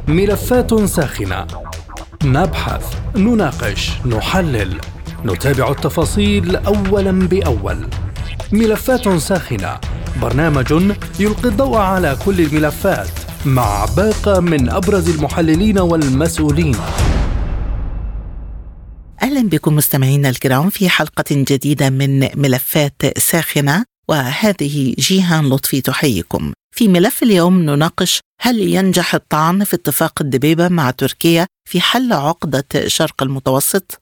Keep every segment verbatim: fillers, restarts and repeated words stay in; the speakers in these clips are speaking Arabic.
ملفات ساخنة، نبحث، نناقش، نحلل، نتابع التفاصيل أولاً بأول. ملفات ساخنة، برنامج يلقي الضوء على كل الملفات مع باقة من أبرز المحللين والمسؤولين. أهلا بكم مستمعينا الكرام في حلقة جديدة من ملفات ساخنة، وهذه جيهان لطفي تحييكم. في ملف اليوم نناقش: هل ينجح الطعن في اتفاق الدبيبة مع تركيا في حل عقدة شرق المتوسط؟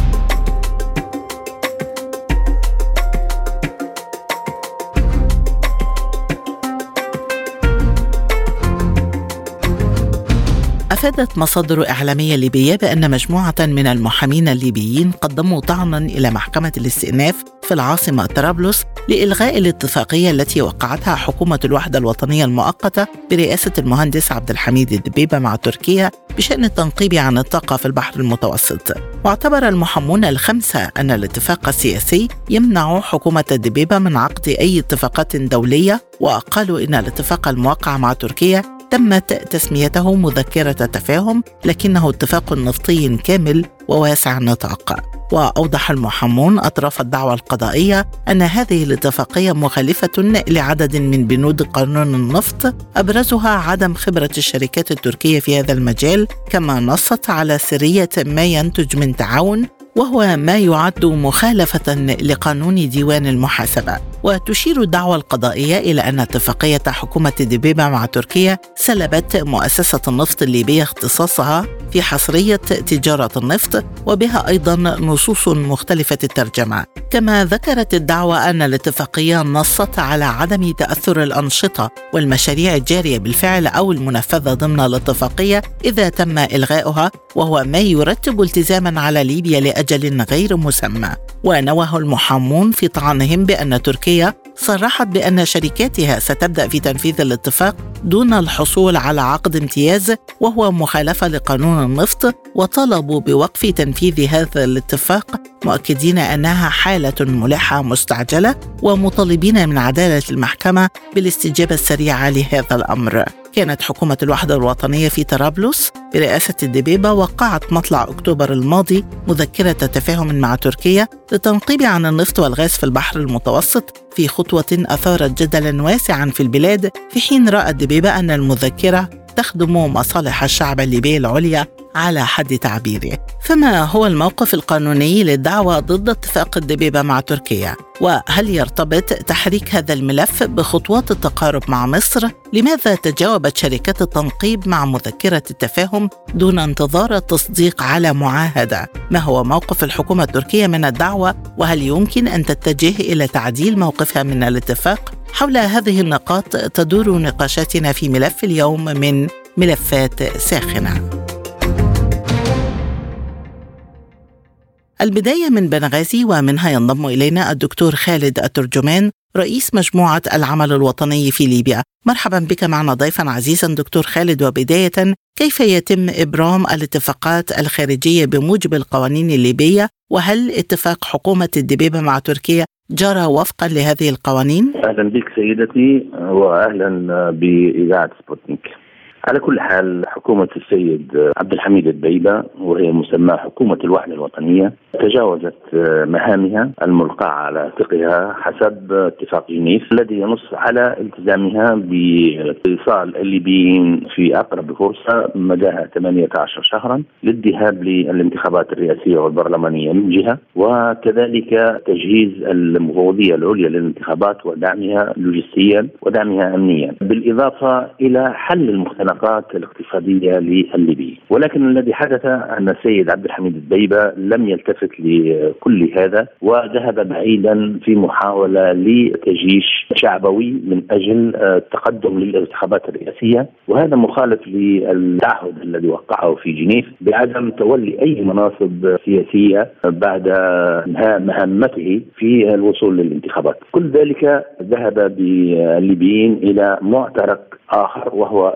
أفادت مصادر إعلامية ليبية بأن مجموعة من المحامين الليبيين قدموا طعنا إلى محكمة الاستئناف في العاصمة طرابلس لإلغاء الاتفاقية التي وقعتها حكومة الوحدة الوطنية المؤقتة برئاسة المهندس عبد الحميد الدبيبة مع تركيا بشأن التنقيب عن الطاقة في البحر المتوسط. واعتبر المحامون الخمسة أن الاتفاق السياسي يمنع حكومة الدبيبة من عقد أي اتفاقات دولية، وقالوا إن الاتفاق الموقع مع تركيا تمت تسميته مذكرة تفاهم، لكنه اتفاق نفطي كامل وواسع النطاق. وأوضح المحامون أطراف الدعوى القضائية أن هذه الاتفاقية مخالفة لعدد من بنود قانون النفط، أبرزها عدم خبرة الشركات التركية في هذا المجال، كما نصت على سرية ما ينتج من تعاون، وهو ما يعد مخالفة لقانون ديوان المحاسبة. وتشير الدعوى القضائية إلى أن اتفاقية حكومة الدبيبة مع تركيا سلبت مؤسسة النفط الليبية اختصاصها في حصرية تجارة النفط، وبها أيضا نصوص مختلفة الترجمة. كما ذكرت الدعوى أن الاتفاقية نصت على عدم تأثر الأنشطة والمشاريع الجارية بالفعل أو المنفذة ضمن الاتفاقية إذا تم إلغاؤها، وهو ما يرتب التزاما على ليبيا لأجل غير مسمى. ونوه المحامون في طعنهم بأن تركيا صرحت بأن شركاتها ستبدأ في تنفيذ الاتفاق دون الحصول على عقد امتياز، وهو مخالفة لقانون النفط، وطلبوا بوقف تنفيذ هذا الاتفاق، مؤكدين أنها حالة ملحة مستعجلة، ومطالبين من عدالة المحكمة بالاستجابة السريعة لهذا الأمر. كانت حكومة الوحدة الوطنية في طرابلس برئاسة الدبيبة وقعت مطلع أكتوبر الماضي مذكرة تفاهم مع تركيا للتنقيب عن النفط والغاز في البحر المتوسط، في خطوة أثارت جدلا واسعا في البلاد، في حين رأى الدبيبة أن المذكرة تخدم مصالح الشعب الليبي العليا على حد تعبيره. فما هو الموقف القانوني للدعوة ضد اتفاق الدبيبة مع تركيا؟ وهل يرتبط تحريك هذا الملف بخطوات التقارب مع مصر؟ لماذا تجاوبت شركات التنقيب مع مذكرة التفاهم دون انتظار التصديق على معاهدة؟ ما هو موقف الحكومة التركية من الدعوة؟ وهل يمكن أن تتجه إلى تعديل موقفها من الاتفاق؟ حول هذه النقاط تدور نقاشاتنا في ملف اليوم من ملفات ساخنة. البداية من بنغازي، ومنها ينضم إلينا الدكتور خالد الترجمان، رئيس مجموعة العمل الوطني في ليبيا. مرحبا بك معنا ضيفا عزيزا دكتور خالد. وبداية، كيف يتم إبرام الاتفاقات الخارجية بموجب القوانين الليبية؟ وهل اتفاق حكومة الدبيبة مع تركيا جرى وفقا لهذه القوانين؟ أهلا بك سيدتي، وأهلا بإذاعة سبوتنيك. على كل حال، حكومة السيد عبد الحميد الدبيبة، وهي مسمى حكومة الوحدة الوطنية، تجاوزت مهامها الملقاة على عاتقها حسب اتفاق جنيف الذي ينص على التزامها بإيصال الليبيين في أقرب فرصة مداها ثمانية عشر شهرا للذهاب للانتخابات الرئاسية والبرلمانية من جهة، وكذلك تجهيز المفوضية العليا للانتخابات ودعمها لوجستيا ودعمها أمنيا، بالإضافة إلى حل المختلفات الاقتصادية للليبيين. ولكن الذي حدث أن السيد عبد الحميد الدبيبة لم يلتفت لكل هذا، وذهب بعيدا في محاولة لتجيش شعبوي من أجل التقدم للانتخابات الرئاسية، وهذا مخالف للتعهد الذي وقعه في جنيف بعدم تولي أي مناصب سياسية بعد انهاء مهمته في الوصول للانتخابات. كل ذلك ذهب بالليبيين إلى معترك آخر، وهو الصراع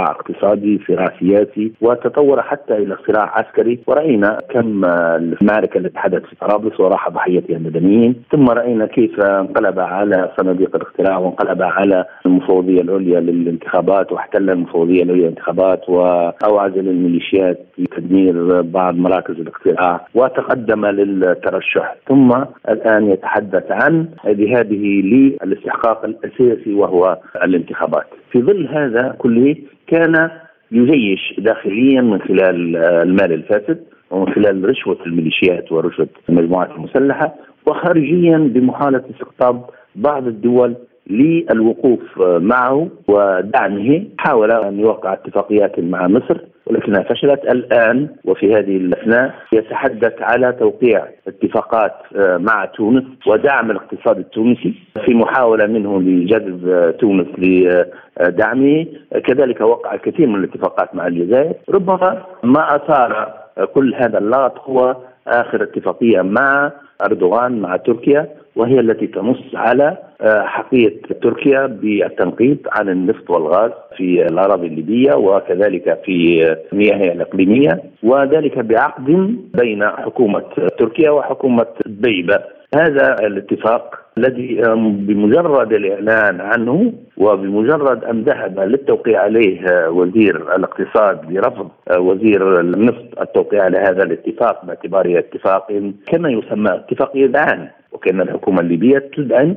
صراع اقتصادي، صراع سياسي، وتطور حتى إلى صراع عسكري. ورأينا كم المعركة التي حدثت في طرابلس وراح ضحيتها المدنيين، ثم رأينا كيف انقلب على صناديق الاقتراع وانقلب على المفوضية العليا للانتخابات، واحتل المفوضية العليا للانتخابات وأوعز للميليشيات تدمير بعض مراكز الاقتراع وتقدم للترشح، ثم الآن يتحدث عن ذهابه للاستحقاق الأساسي وهو الانتخابات. في ظل هذا كله كان يجيش داخليا من خلال المال الفاسد ومن خلال رشوة الميليشيات ورشوة المجموعات المسلحة، وخارجيا بمحاولة استقطاب بعض الدول للوقوف معه ودعمه. حاول أن يوقع اتفاقيات مع مصر ولكنها فشلت. الآن وفي هذه الأثناء يتحدث على توقيع اتفاقات مع تونس ودعم الاقتصاد التونسي في محاولة منه لجذب تونس لدعمه. كذلك وقع الكثير من الاتفاقات مع الجزائر. ربما ما أثار كل هذا اللغط هو آخر اتفاقية مع أردوغان مع تركيا، وهي التي تنص على حقية تركيا بالتنقيب عن النفط والغاز في الأراضي الليبية وكذلك في مياهها الإقليمية، وذلك بعقد بين حكومة تركيا وحكومة دبيبة. هذا الاتفاق الذي بمجرد الإعلان عنه وبمجرد أن ذهب للتوقيع عليه وزير الاقتصاد برفض وزير النفط التوقيع على هذا الاتفاق باعتباره اتفاق كما يسمى اتفاقية دعم، وكان الحكومة الليبية تدعم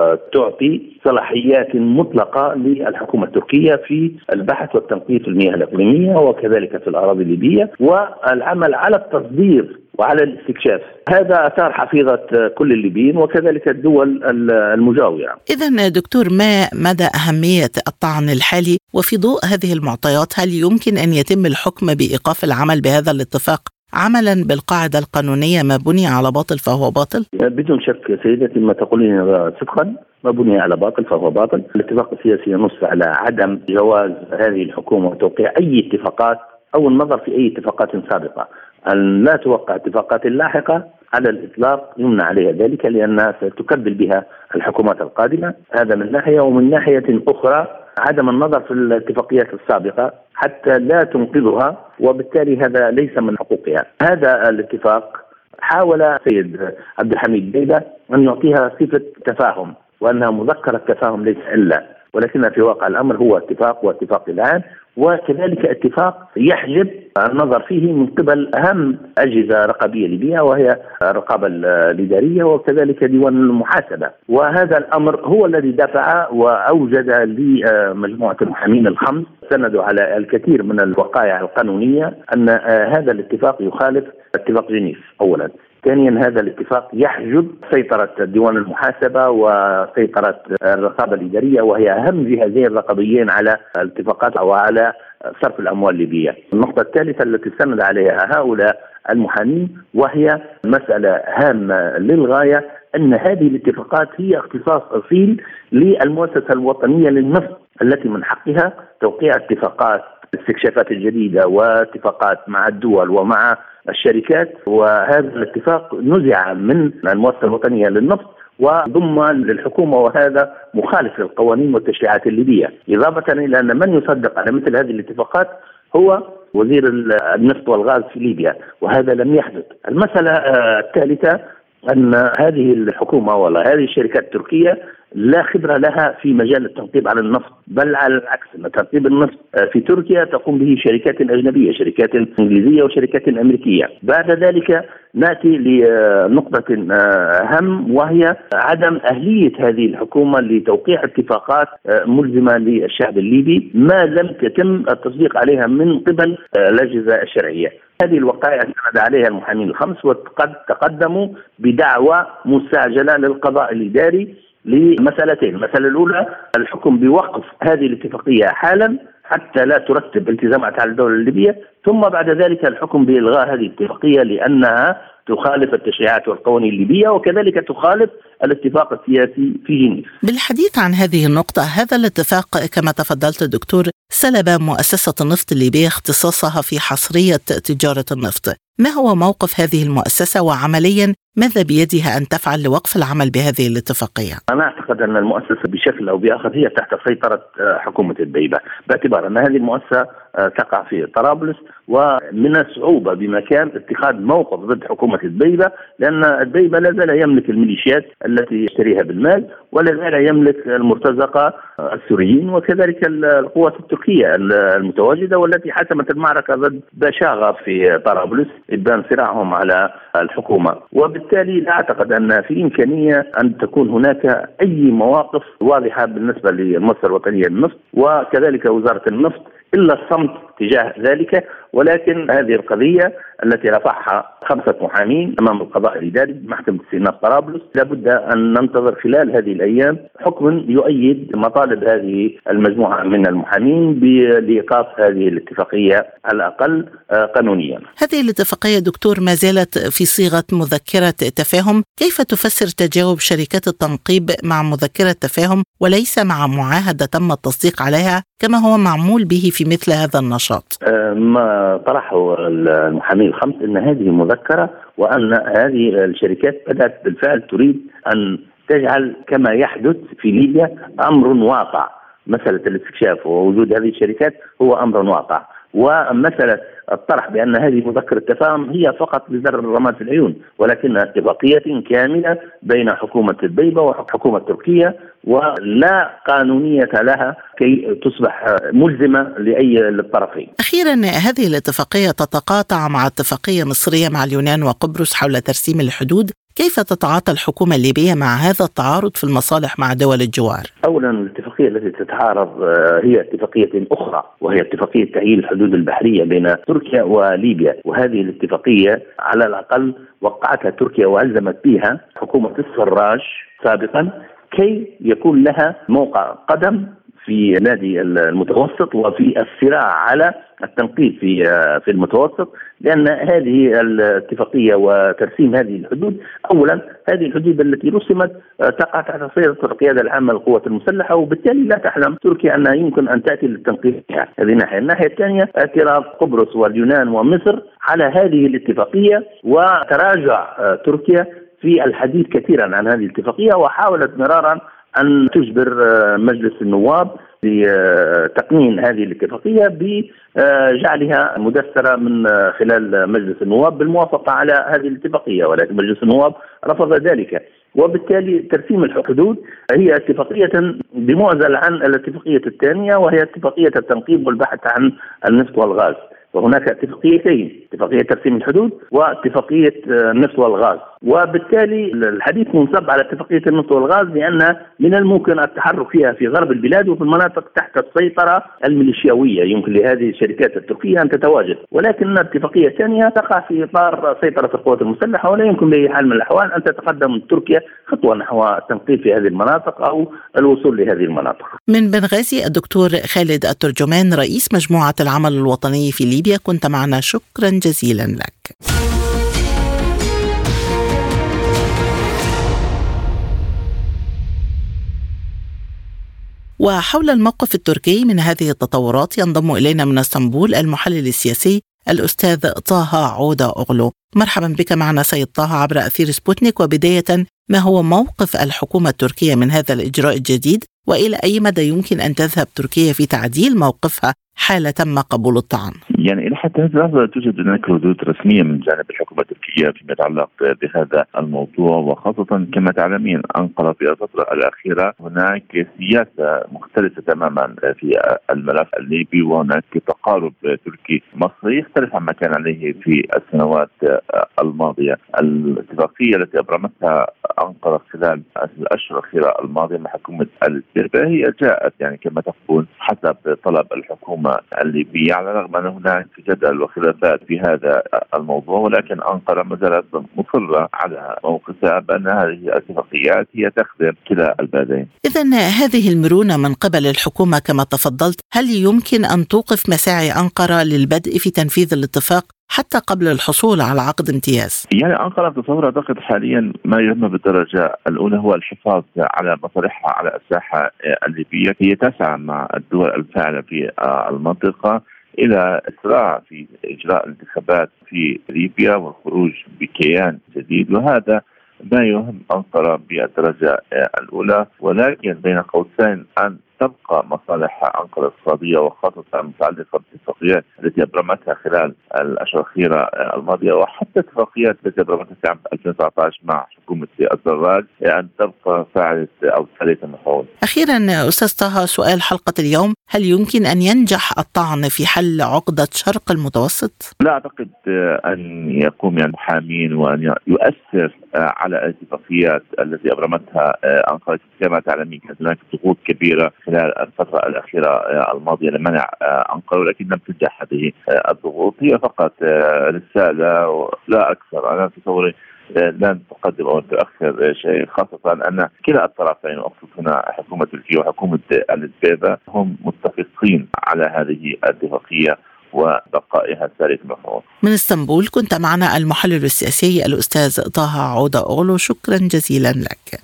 وتعطي صلاحيات مطلقة للحكومة التركية في البحث والتنقيب في المياه الإقليمية وكذلك في الأراضي الليبية والعمل على التصدير وعلى الاستكشاف. هذا أثار حفيظة كل الليبيين وكذلك الدول المجاورة. إذن دكتور، ما مدى أهمية الطعن الحالي؟ وفي ضوء هذه المعطيات هل يمكن أن يتم الحكم بإيقاف العمل بهذا الاتفاق عملا بالقاعدة القانونية ما بني على باطل فهو باطل؟ بدون شك سيدتي، ما تقولين صدقا، ما بني على باطل فهو باطل. الاتفاق السياسي ينص على عدم جواز هذه الحكومة وتوقيع أي اتفاقات أو النظر في أي اتفاقات سابقة. أن لا توقع اتفاقات لاحقة على الإطلاق يمنع عليها ذلك لأنها ستكبل بها الحكومات القادمة. هذا من ناحية، ومن ناحية أخرى عدم النظر في الاتفاقيات السابقة حتى لا تنقذها، وبالتالي هذا ليس من حقوقها. هذا الاتفاق حاول سيد عبد الحميد دبيبة أن يعطيها صفة تفاهم وأنها مذكرة تفاهم ليس إلا، ولكن في واقع الأمر هو اتفاق واتفاق الآن، وكذلك اتفاق يحجب النظر فيه من قبل أهم أجهزة رقابية ليبية وهي الرقابة الإدارية وكذلك ديوان المحاسبة. وهذا الأمر هو الذي دفع وأوجد لمجموعة المحامين الخمس سندوا على الكثير من الوقائع القانونية أن هذا الاتفاق يخالف اتفاق جنيف أولا. ثانيا، هذا الاتفاق يحجب سيطرة ديوان المحاسبة وسيطرة الرقابة الإدارية وهي أهم جهازين رقابيين على الاتفاقات أو على صرف الأموال الليبية. النقطة الثالثة التي استند عليها هؤلاء المحامين وهي مسألة هامة للغاية، أن هذه الاتفاقات هي اختصاص أصيل للمؤسسة الوطنية للنفط التي من حقها توقيع اتفاقات الاستكشافات الجديدة واتفاقات مع الدول ومع الشركات. وهذا الاتفاق نزع من المؤسسة الوطنية للنفط وضم للحكومة، وهذا مخالف للقوانين والتشريعات الليبية. إضافة إلى أن من يصدق على مثل هذه الاتفاقات هو وزير النفط والغاز في ليبيا، وهذا لم يحدث. المسألة الثالثة أن هذه الحكومة ولا هذه الشركات التركية لا خبرة لها في مجال التنقيب على النفط، بل على العكس، أن تنقيب النفط في تركيا تقوم به شركات أجنبية، شركات إنجليزية وشركات أمريكية. بعد ذلك نأتي لنقطة أهم وهي عدم أهلية هذه الحكومة لتوقيع اتفاقات ملزمة للشعب الليبي ما لم يتم التصديق عليها من قبل الأجهزة الشرعية. هذه الوقائع استند عليها المحامين الخمس وقد تقدموا بدعوى مستعجلة للقضاء الإداري لمسألتين. المسألة الأولى الحكم بوقف هذه الاتفاقية حالا حتى لا ترتب التزامات على الدولة الليبية، ثم بعد ذلك الحكم بإلغاء هذه الاتفاقية لأنها تخالف التشريعات والقوانين الليبية وكذلك تخالف الاتفاق السياسي في جنيف. بالحديث عن هذه النقطة، هذا الاتفاق كما تفضلت دكتور سلب مؤسسة النفط الليبية اختصاصها في حصرية تجارة النفط. ما هو موقف هذه المؤسسة وعمليا ماذا بيدها أن تفعل لوقف العمل بهذه الاتفاقية؟ أنا أعتقد أن المؤسسة بشكل أو بآخر هي تحت سيطرة حكومة الدبيبة، باعتبار أن هذه المؤسسة تقع في طرابلس، ومن الصعوبة بمكان اتخاذ موقف ضد حكومة الدبيبة، لأن الدبيبة لا زال يملك الميليشيات التي يشتريها بالمال، ولا زال يملك المرتزقة السوريين، وكذلك القوات التركية المتواجدة والتي حسمت المعركة ضد بشاغة في طرابلس إبان صراعهم على الحكومة. وبالتالي لا أعتقد أن في إمكانية أن تكون هناك أي مواقف واضحة بالنسبة لمصر الوطنية للنفط وكذلك وزارة النفط إلا الصمت تجاه ذلك. ولكن هذه القضية التي رفعها خمسة محامين أمام القضاء الإداري بمحكمة استئناف طرابلس لابد أن ننتظر خلال هذه الأيام حكم يؤيد مطالب هذه المجموعة من المحامين بإيقاف هذه الاتفاقية على الأقل قانونيا. هذه الاتفاقية دكتور ما زالت في صيغة مذكرة تفاهم، كيف تفسر تجاوب شركات التنقيب مع مذكرة تفاهم وليس مع معاهدة تم التصديق عليها كما هو معمول به في مثل هذا النشاط؟ ما طرحه المحامين الخمس أن هذه مذكرة، وأن هذه الشركات بدأت بالفعل تريد أن تجعل كما يحدث في ليبيا أمر واقع. مسألة الاستكشاف ووجود هذه الشركات هو أمر واقع، ومسألة الطرح بأن هذه مذكرة تفاهم هي فقط لزر الرماد في العيون، ولكنها اتفاقية كاملة بين حكومة الدبيبة وحكومة تركيا، ولا قانونية لها كي تصبح ملزمة لأي للطرفين. أخيرا، هذه الاتفاقية تتقاطع مع اتفاقية مصرية مع اليونان وقبرص حول ترسيم الحدود، كيف تتعاطى الحكومة الليبية مع هذا التعارض في المصالح مع دول الجوار؟ أولا، الاتفاقية التي تتعارض هي اتفاقية أخرى، وهي اتفاقية تعيين الحدود البحرية بين تركيا وليبيا، وهذه الاتفاقية على الأقل وقعتها تركيا وألزمت بها حكومة السراج سابقا كي يكون لها موقع قدم في نادي المتوسط وفي الصراع على التنقيب في في المتوسط، لأن هذه الاتفاقية وترسيم هذه الحدود، أولا هذه الحدود التي رسمت تقع تحت سيطرة القيادة العامة للقوات المسلحة، وبالتالي لا تحلم تركيا أنها يمكن أن تأتي للتنقيب فيها. هذه ناحية. الناحية الثانية اعتراف قبرص واليونان ومصر على هذه الاتفاقية، وتراجع تركيا في الحديث كثيرا عن هذه الاتفاقية، وحاولت مرارا أن تجبر مجلس النواب لتقنين هذه الاتفاقية بجعلها مدسترة من خلال مجلس النواب بالموافقة على هذه الاتفاقية، ولكن مجلس النواب رفض ذلك. وبالتالي ترسيم الحدود هي اتفاقية بمعزل عن الاتفاقية الثانية، وهي اتفاقية التنقيب والبحث عن النفط والغاز. وهناك اتفاقيتين، اتفاقية ترسيم الحدود واتفاقية النفط والغاز، وبالتالي الحديث منصب على اتفاقية النفط والغاز لأن من الممكن التحرك فيها في غرب البلاد وفي المناطق تحت السيطرة الميليشياوية يمكن لهذه الشركات التركية أن تتواجد، ولكن الاتفاقية الثانية تقع في إطار سيطرة القوات المسلحة، ولا يمكن بأي حال من الأحوال أن تتقدم تركيا خطوة نحو التنقيب في هذه المناطق أو الوصول لهذه المناطق. من بنغازي الدكتور خالد الترجمان، رئيس مجموعة العمل الوطني في ليبيا، كنت معنا، شكرا جزيلا لك. وحول الموقف التركي من هذه التطورات ينضم إلينا من اسطنبول المحلل السياسي الأستاذ طه عودة أغلو. مرحبا بك معنا سيد طه عبر أثير سبوتنيك. وبداية، ما هو موقف الحكومة التركية من هذا الإجراء الجديد، وإلى أي مدى يمكن أن تذهب تركيا في تعديل موقفها حال تم قبول الطعن؟ يعني إلى حتى هذه اللحظة توجد هناك ردود رسمية من جانب الحكومة التركية فيما يتعلق بهذا الموضوع، وخاصة كما تعلمين أنقرة في الفترة الأخيرة هناك سياسة مختلفة تماما في الملف الليبي، وهناك تقارب تركي مصري يختلف عما كان عليه في السنوات الماضية. الاتفاقية التي أبرمتها أنقرة خلال الأشهر الأخيرة الماضية مع حكومة الدربة هي جاءت يعني كما تقول حسب طلب الحكومة الليبية، على الرغم أن هناك جدل وخلافات في هذا الموضوع، ولكن أنقرة ما زالت مصرة على موقفها بأن هذه الاتفاقيات هي تخدم كلا البلدين. إذن هذه المرونة من قبل الحكومة كما تفضلت، هل يمكن أن توقف مساعي أنقرة للبدء في تنفيذ الاتفاق حتى قبل الحصول على عقد امتياز؟ يعني أنقرة بتصور أعتقد حاليا ما يهم بالدرجة الأولى هو الحفاظ على مصالحها على الساحة الليبية. هي تسعى مع الدول الفاعلة في المنطقة إلى إسراع في إجراء الانتخابات في ليبيا والخروج بكيان جديد، وهذا ما يهم أنقرة بالدرجة الأولى. ولكن بين قوسين أن تبقى مصالح أنقرة الاقتصادية وخاصة المتعلقة بالاتفاقيات التي أبرمتها خلال الأشهر الأخيرة الماضية، وحتى اتفاقيات التي أبرمتها في عام ألفين وتسعة عشر مع حكومة الزراج، أن تبقى فاعلة أو فاعلة المفعول. أخيرا أستاذ طه، سؤال حلقة اليوم: هل يمكن أن ينجح الطعن في حل عقدة شرق المتوسط؟ لا أعتقد أن يقوم يعني محامين وأن يؤثر على الاتفاقيات التي أبرمتها أنقرة. كما تعلمين كانت هناك ضغوط كبيرة خلال الفترة الأخيرة الماضية لمنع أنقرة، ولكن لم تنجح هذه الضغوط. هي فقط رسالة لا أكثر. أنا تصوري لن تقدم أو تؤخر شيء، خاصة أن كلا الطرفين، وأقصد هنا حكومة تركيا وحكومة الدبيبة، هم متفقين على هذه الاتفاقية وبقائها سارية المفعول. من اسطنبول كنت معنا المحلل السياسي الأستاذ طه عودة أغلو، شكرا جزيلا لك.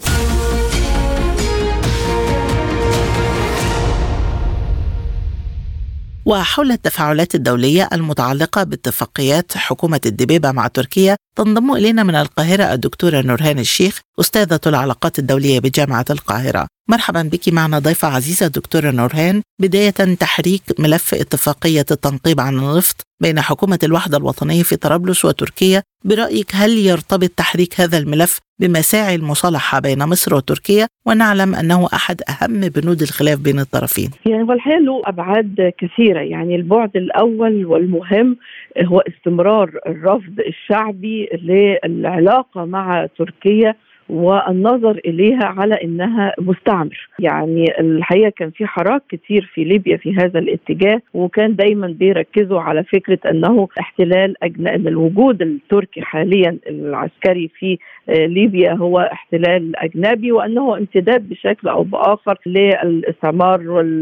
وحول التفاعلات الدولية المتعلقة باتفاقيات حكومة الدبيبة مع تركيا تنضم إلينا من القاهرة الدكتورة نورهان الشيخ، أستاذة العلاقات الدولية بجامعة القاهرة. مرحبا بك معنا ضيفة عزيزة دكتورة نورهان. بداية، تحريك ملف اتفاقية التنقيب عن النفط بين حكومة الوحدة الوطنية في طرابلس وتركيا، برأيك هل يرتبط تحريك هذا الملف بمساعي المصالحة بين مصر وتركيا؟ ونعلم أنه أحد أهم بنود الخلاف بين الطرفين. يعني والحقيقة له أبعاد كثيرة. يعني البعد الأول والمهم هو استمرار الرفض الشعبي للعلاقة مع تركيا والنظر إليها على إنها مستعمر. يعني الحقيقة كان في حراك كتير في ليبيا في هذا الاتجاه، وكان دايما بيركزوا على فكرة أنه احتلال أجن... أن الوجود التركي حاليا العسكري في ليبيا هو احتلال أجنبي، وأنه امتداد بشكل أو بآخر للاستعمار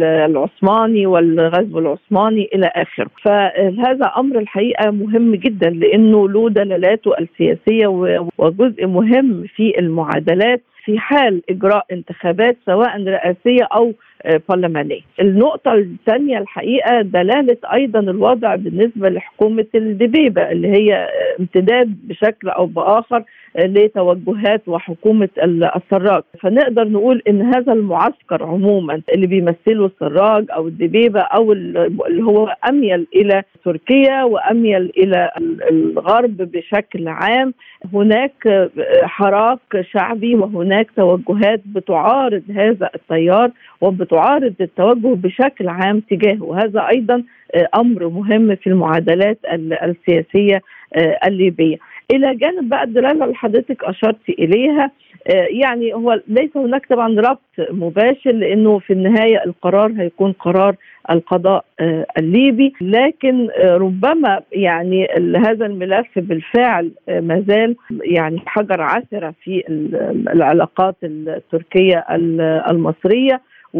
العثماني والغزو العثماني إلى آخره. فهذا أمر الحقيقة مهم جدا، لأنه له دلالاته السياسية وجزء مهم في المعادلات في حال إجراء انتخابات سواء رئاسية أو برلمانية. النقطة الثانية الحقيقة دلالة أيضا الوضع بالنسبة لحكومة الدبيبة، اللي هي امتداد بشكل أو بآخر لتوجهات وحكومة السراج. فنقدر نقول إن هذا المعسكر عموما اللي بيمثله السراج أو الدبيبة أو اللي هو أميل إلى تركيا وأميل إلى الغرب بشكل عام، هناك حراك شعبي وهناك توجهات بتعارض هذا التيار وبتعارض التوجه بشكل عام تجاهه. وهذا أيضا أمر مهم في المعادلات السياسية الليبية. إلى جانب بقى الدلالة اللي حضرتك أشرت إليها، يعني هو ليس هناك طبعا ربط مباشر، لأنه في النهاية القرار هيكون قرار القضاء الليبي، لكن ربما يعني هذا الملف بالفعل ما زال يعني حجر عثرة في العلاقات التركية المصرية.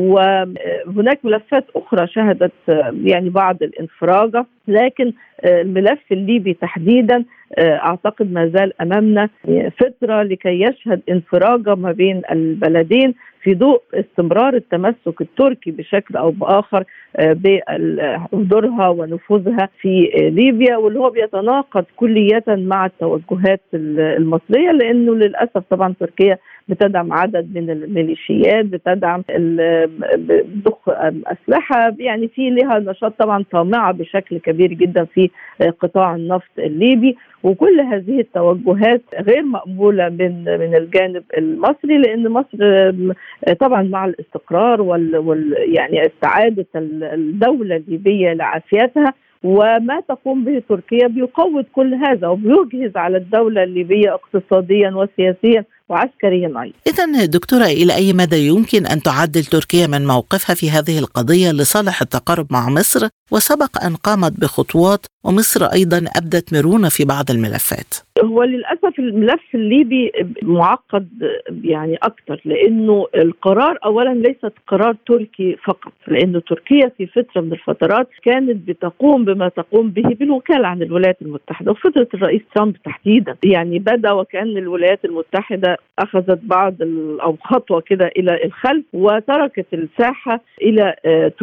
وهناك ملفات أخرى شهدت يعني بعض الانفراجة، لكن الملف الليبي تحديدا أعتقد ما زال أمامنا فترة لكي يشهد انفراجة ما بين البلدين في ضوء استمرار التمسك التركي بشكل أو بآخر بحضورها ونفوذها في ليبيا، واللي هو بيتناقض كلية مع التوجهات المصرية، لأنه للأسف طبعا تركيا بتدعم عدد من الميليشيات، بتدعم ضخ أسلحة، يعني في لها نشاط طبعا طامعة بشكل كبير جدا في قطاع النفط الليبي. وكل هذه التوجهات غير مقبولة من من الجانب المصري، لأن مصر طبعا مع الاستقرار وال, وال يعني استعادة الدولة الليبية لعافيتها، وما تقوم به تركيا بيقوض كل هذا وبيجهز على الدولة الليبية اقتصاديا وسياسيا وعسكريا أيضا. إذن دكتورة، إلى أي مدى يمكن أن تعدل تركيا من موقفها في هذه القضية لصالح التقارب مع مصر؟ وسبق أن قامت بخطوات، ومصر أيضا أبدت مرونة في بعض الملفات. هو للأسف الملف الليبي معقد يعني أكثر، لأنه القرار أولا ليست قرار تركي فقط، لأنه تركيا في فترة من الفترات كانت بتقوم بما تقوم به بالوكالة عن الولايات المتحدة، وفترة الرئيس ترامب تحديدا يعني بدأ وكأن الولايات المتحدة أخذت بعض أو خطوة كده إلى الخلف وتركت الساحة إلى تركيا.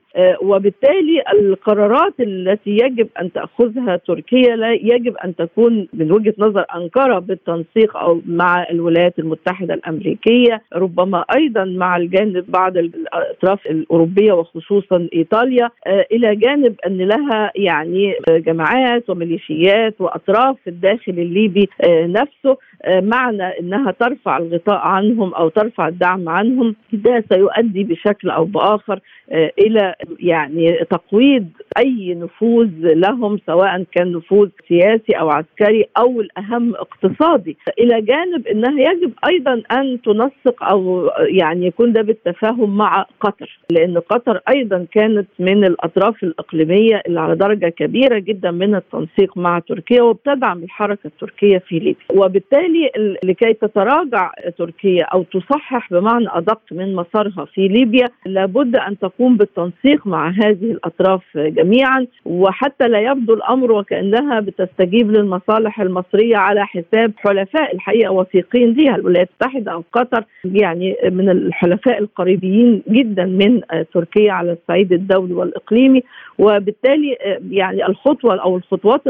وبالتالي القرارات التي يجب أن تأخذها تركيا لا يجب أن تكون من وجهة نظر أنقرة بالتنسيق أو مع الولايات المتحدة الأمريكية، ربما أيضا مع الجانب بعض الأطراف الأوروبية وخصوصا إيطاليا، إلى جانب أن لها يعني جماعات وميليشيات وأطراف في الداخل الليبي نفسه، معنى أنها ترفع الغطاء عنهم أو ترفع الدعم عنهم ده سيؤدي بشكل أو بآخر إلى يعني تقويض أي نفوذ لهم، سواء كان نفوذ سياسي أو عسكري أو الأهم اقتصادي، إلى جانب أنها يجب أيضا أن تنسق أو يعني يكون ده بالتفاهم مع قطر، لأن قطر أيضا كانت من الأطراف الإقليمية اللي على درجة كبيرة جدا من التنسيق مع تركيا وبتدعم الحركة التركية في ليبيا. وبالتالي لكي تتراجع تركيا أو تصحح بمعنى أدق من مسارها في ليبيا لابد أن تقوم بالتنسيق مع هذه الأطراف جميعا، وحتى لا يبدو الأمر وكأنها بتستجيب للمصالح المصرية على حساب حلفاء الحقيقة وثيقين لها، الولايات المتحدة أو قطر يعني من الحلفاء القريبين جدا من تركيا على الصعيد الدولي والإقليمي. وبالتالي يعني الخطوة أو الخطوات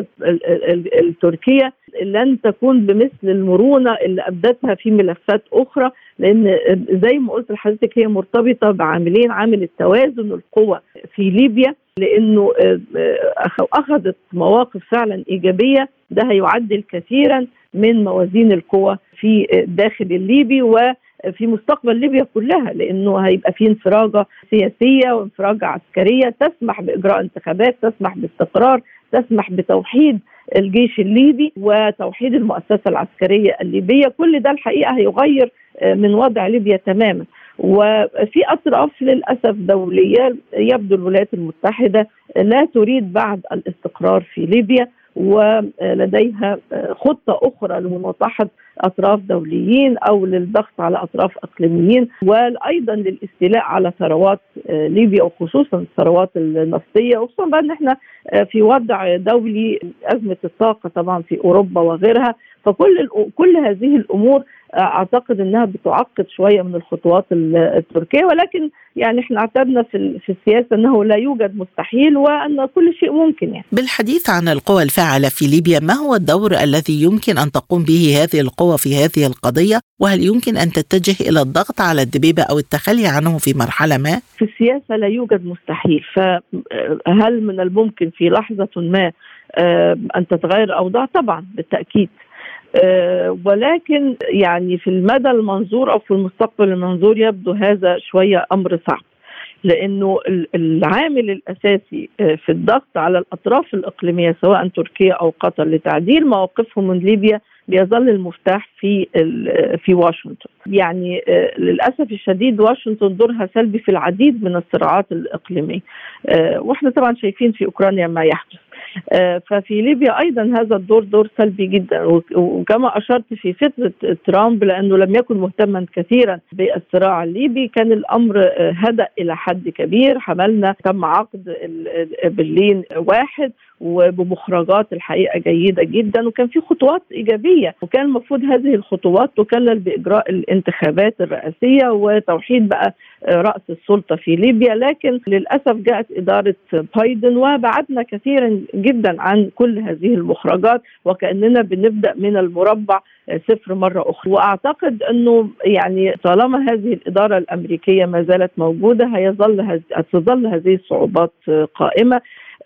التركية لن تكون بمثل المرونة اللي أبدتها في ملفات أخرى، لأن زي ما قلت لحضرتك هي مرتبطة بعاملين، عامل التوازن القوى في ليبيا، لأنه أخذت مواقف فعلا إيجابية ده هيعدل كثيرا من موازين القوى في الداخل الليبي وفي مستقبل ليبيا كلها، لأنه هيبقى في انفراجة سياسية وانفراجة عسكرية تسمح بإجراء انتخابات، تسمح باستقرار، تسمح بتوحيد الجيش الليبي وتوحيد المؤسسة العسكرية الليبية. كل ده الحقيقة هيغير من وضع ليبيا تماما. وفي أطراف للأسف دولية يبدو الولايات المتحدة لا تريد بعد الاستقرار في ليبيا، ولديها خطة أخرى لمناطحة أطراف دوليين أو للضغط على أطراف إقليميين، وأيضا للاستيلاء على ثروات ليبيا وخصوصا الثروات النفطية، وخصوصا بأن احنا في وضع دولي أزمة الطاقة طبعا في أوروبا وغيرها. فكل كل هذه الأمور أعتقد أنها بتعقد شوية من الخطوات التركية، ولكن يعني احنا اعتدنا في في السياسة أنه لا يوجد مستحيل وأن كل شيء ممكن. يعني بالحديث عن القوى الفاعلة في ليبيا، ما هو الدور الذي يمكن أن تقوم به هذه القوى في هذه القضية؟ وهل يمكن أن تتجه إلى الضغط على الدبيبة أو التخلي عنه في مرحلة ما؟ في السياسة لا يوجد مستحيل، فهل من الممكن في لحظة ما أن تتغير الأوضاع؟ طبعا بالتأكيد، أه ولكن يعني في المدى المنظور أو في المستقبل المنظور يبدو هذا شوية أمر صعب، لأنه العامل الأساسي في الضغط على الأطراف الإقليمية سواء تركيا أو قطر لتعديل مواقفهم من ليبيا بيظل المفتاح في في واشنطن. يعني للأسف الشديد واشنطن دورها سلبي في العديد من الصراعات الإقليمية، وإحنا طبعا شايفين في أوكرانيا ما يحدث. ففي ليبيا أيضا هذا الدور دور سلبي جدا، وكما أشرت في فترة ترامب لأنه لم يكن مهتما كثيرا بالصراع الليبي كان الأمر هدأ إلى حد كبير. حملنا تم عقد برلين واحد وبمخرجات الحقيقة جيدة جدا، وكان في خطوات إيجابية، وكان المفروض هذه الخطوات تكلل بإجراء الانتخابات الرئاسية وتوحيد بقى رأس السلطة في ليبيا. لكن للأسف جاءت إدارة بايدن وبعدنا كثيرا جدا عن كل هذه المخرجات، وكأننا بنبدأ من المربع صفر مرة أخرى. وأعتقد أنه يعني طالما هذه الإدارة الأمريكية ما زالت موجودة هيظل هتظل هذه الصعوبات قائمة.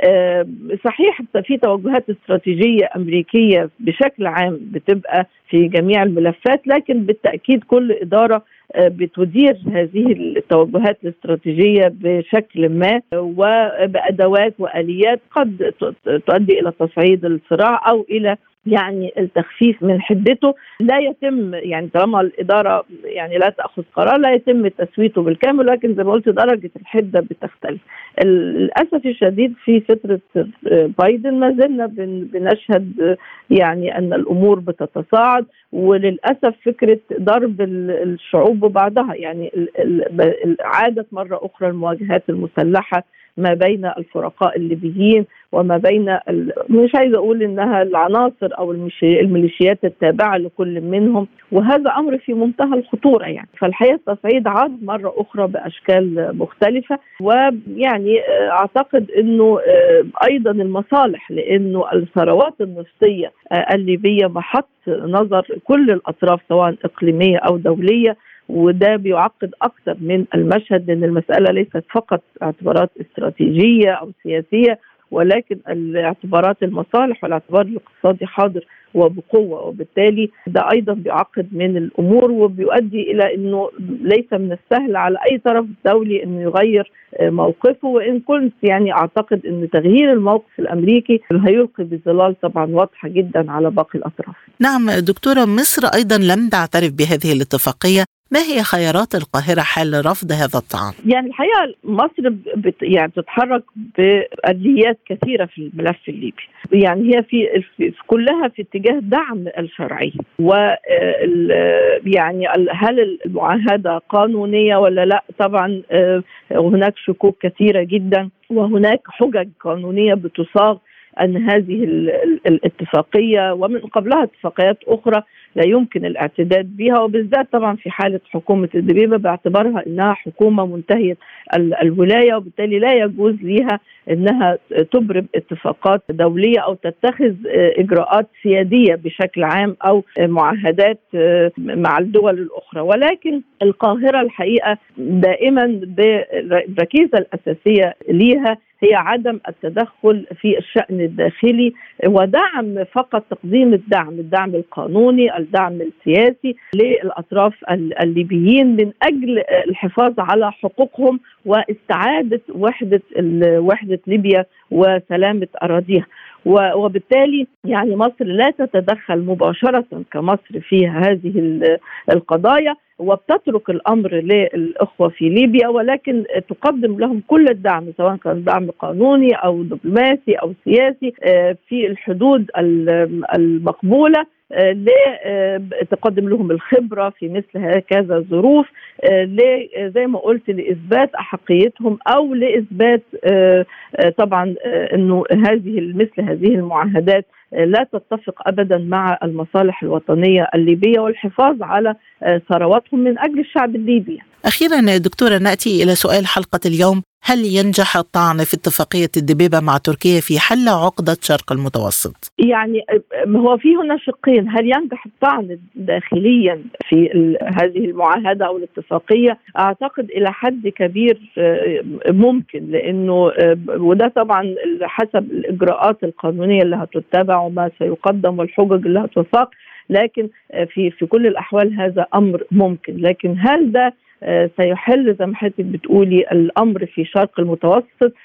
صحيح في توجهات استراتيجية أمريكية بشكل عام بتبقى في جميع الملفات، لكن بالتأكيد كل إدارة بتدير هذه التوجهات الاستراتيجية بشكل ما وبأدوات وآليات قد تؤدي إلى تصعيد الصراع أو إلى يعني التخفيف من حدته. لا يتم يعني طالما الإدارة يعني لا تأخذ قرار لا يتم تسويته بالكامل، لكن زي ما قلت درجة الحدة بتختلف. للأسف الشديد في فترة بايدن ما زلنا بنشهد يعني أن الأمور بتتصاعد، وللأسف فكرة ضرب الشعوب ببعضها، يعني عادت مرة أخرى المواجهات المسلحة ما بين الفرقاء الليبيين وما بين ال... مش عايزه اقول انها العناصر او الميليشيات التابعه لكل منهم، وهذا امر في منتهى الخطوره يعني. فالحقيقه التصعيد عاد مره اخرى باشكال مختلفه، ويعني اعتقد انه ايضا المصالح، لانه الثروات النفطيه الليبيه محط نظر كل الاطراف سواء اقليميه او دوليه، وده بيعقد أكثر من المشهد، لأن المسألة ليست فقط اعتبارات استراتيجية أو سياسية، ولكن الاعتبارات المصالح والاعتبار الاقتصادي حاضر وبقوة، وبالتالي ده أيضا بيعقد من الأمور وبيؤدي إلى أنه ليس من السهل على أي طرف دولي أنه يغير موقفه. وإن كنت يعني أعتقد أن تغيير الموقف الأمريكي هيلقي بظلال طبعا واضحة جدا على باقي الأطراف. نعم دكتورة، مصر أيضا لم تعترف بهذه الاتفاقية، ما هي خيارات القاهرة حال رفض هذا الطعن؟ يعني الحقيقة مصر بت يعني تتحرك بآليات كثيرة في الملف الليبي، يعني هي في, في كلها في اتجاه دعم الشرعية، و يعني هل المعاهدة قانونية ولا لا؟ طبعا هناك شكوك كثيرة جدا، وهناك حجج قانونية بتصاغ أن هذه الاتفاقية ومن قبلها اتفاقيات أخرى لا يمكن الاعتداد بها، وبالذات طبعا في حالة حكومة الدبيبة باعتبارها أنها حكومة منتهية الولاية، وبالتالي لا يجوز لها أنها تبرم اتفاقات دولية أو تتخذ إجراءات سيادية بشكل عام أو معاهدات مع الدول الأخرى. ولكن القاهرة الحقيقة دائما بالركيزة الأساسية لها هي عدم التدخل في الشأن الداخلي، ودعم فقط تقديم الدعم الدعم القانوني الدعم السياسي للأطراف الليبيين من أجل الحفاظ على حقوقهم واستعادة وحدة وحدة ليبيا وسلامة أراضيها. وبالتالي يعني مصر لا تتدخل مباشرة كمصر في هذه القضايا، وبتترك الأمر للأخوة في ليبيا، ولكن تقدم لهم كل الدعم سواء كان دعم قانوني أو دبلوماسي أو سياسي في الحدود المقبولة، لتقدم لهم الخبرة في مثل هكذا الظروف، زي ما قلت لإثبات أحقيتهم أو لإثبات طبعا أنه هذه مثل هذه المعاهدات لا تتفق أبدا مع المصالح الوطنية الليبية والحفاظ على ثرواتهم من أجل الشعب الليبي. أخيرا دكتورة نأتي إلى سؤال حلقة اليوم، هل ينجح الطعن في اتفاقية الدبيبة مع تركيا في حل عقدة شرق المتوسط؟ يعني هو في هنا شقين، هل ينجح الطعن داخليا في هذه المعاهدة أو الاتفاقية؟ أعتقد إلى حد كبير ممكن، لأنه وده طبعا حسب الإجراءات القانونية اللي هتتبع وما سيقدم والحجج اللي هتوثق، لكن في في كل الأحوال هذا أمر ممكن. لكن هل ده سيحل زي ما حضرتك بتقولي الأمر في شرق المتوسط؟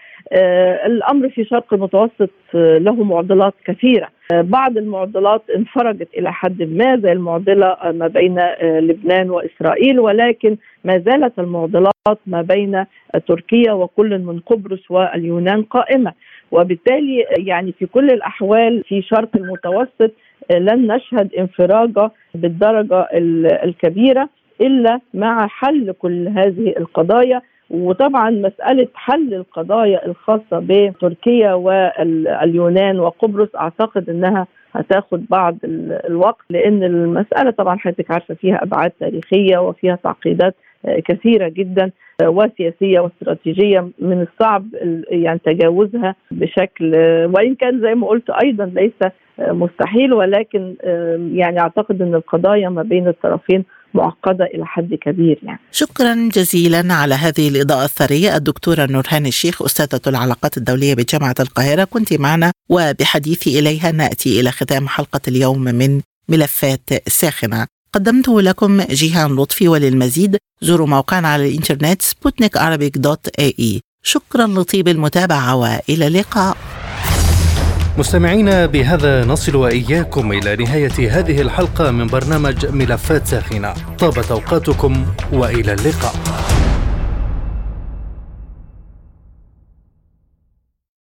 الأمر في شرق المتوسط له معضلات كثيرة، بعض المعضلات انفرجت إلى حد ما زي المعضلة ما بين لبنان وإسرائيل، ولكن ما زالت المعضلات ما بين تركيا وكل من قبرص واليونان قائمة، وبالتالي يعني في كل الأحوال في شرق المتوسط لن نشهد انفراجة بالدرجة الكبيرة إلا مع حل كل هذه القضايا. وطبعا مسألة حل القضايا الخاصة بتركيا واليونان وقبرص أعتقد أنها هتاخد بعض الوقت، لأن المسألة طبعا حضرتك عارفة فيها أبعاد تاريخية وفيها تعقيدات كثيرة جدا وسياسية واستراتيجية من الصعب يعني تجاوزها بشكل، وإن كان زي ما قلت أيضا ليس مستحيل، ولكن يعني أعتقد أن القضايا ما بين الطرفين معقدة إلى حد كبير يعني. شكرا جزيلا على هذه الإضاءة الثرية الدكتورة نورهان الشيخ، أستاذة العلاقات الدولية بجامعة القاهرة، كنت معنا، وبحديثي إليها نأتي إلى ختام حلقة اليوم من ملفات ساخنة. قدمته لكم جيهان لطفي، وللمزيد زوروا موقعنا على الإنترنت سبوتنيك عربيك دوت اي اي. شكرا لطيب المتابعة وإلى اللقاء. مستمعينا، بهذا نصل وإياكم إلى نهاية هذه الحلقة من برنامج ملفات ساخنة. طابت أوقاتكم وإلى اللقاء.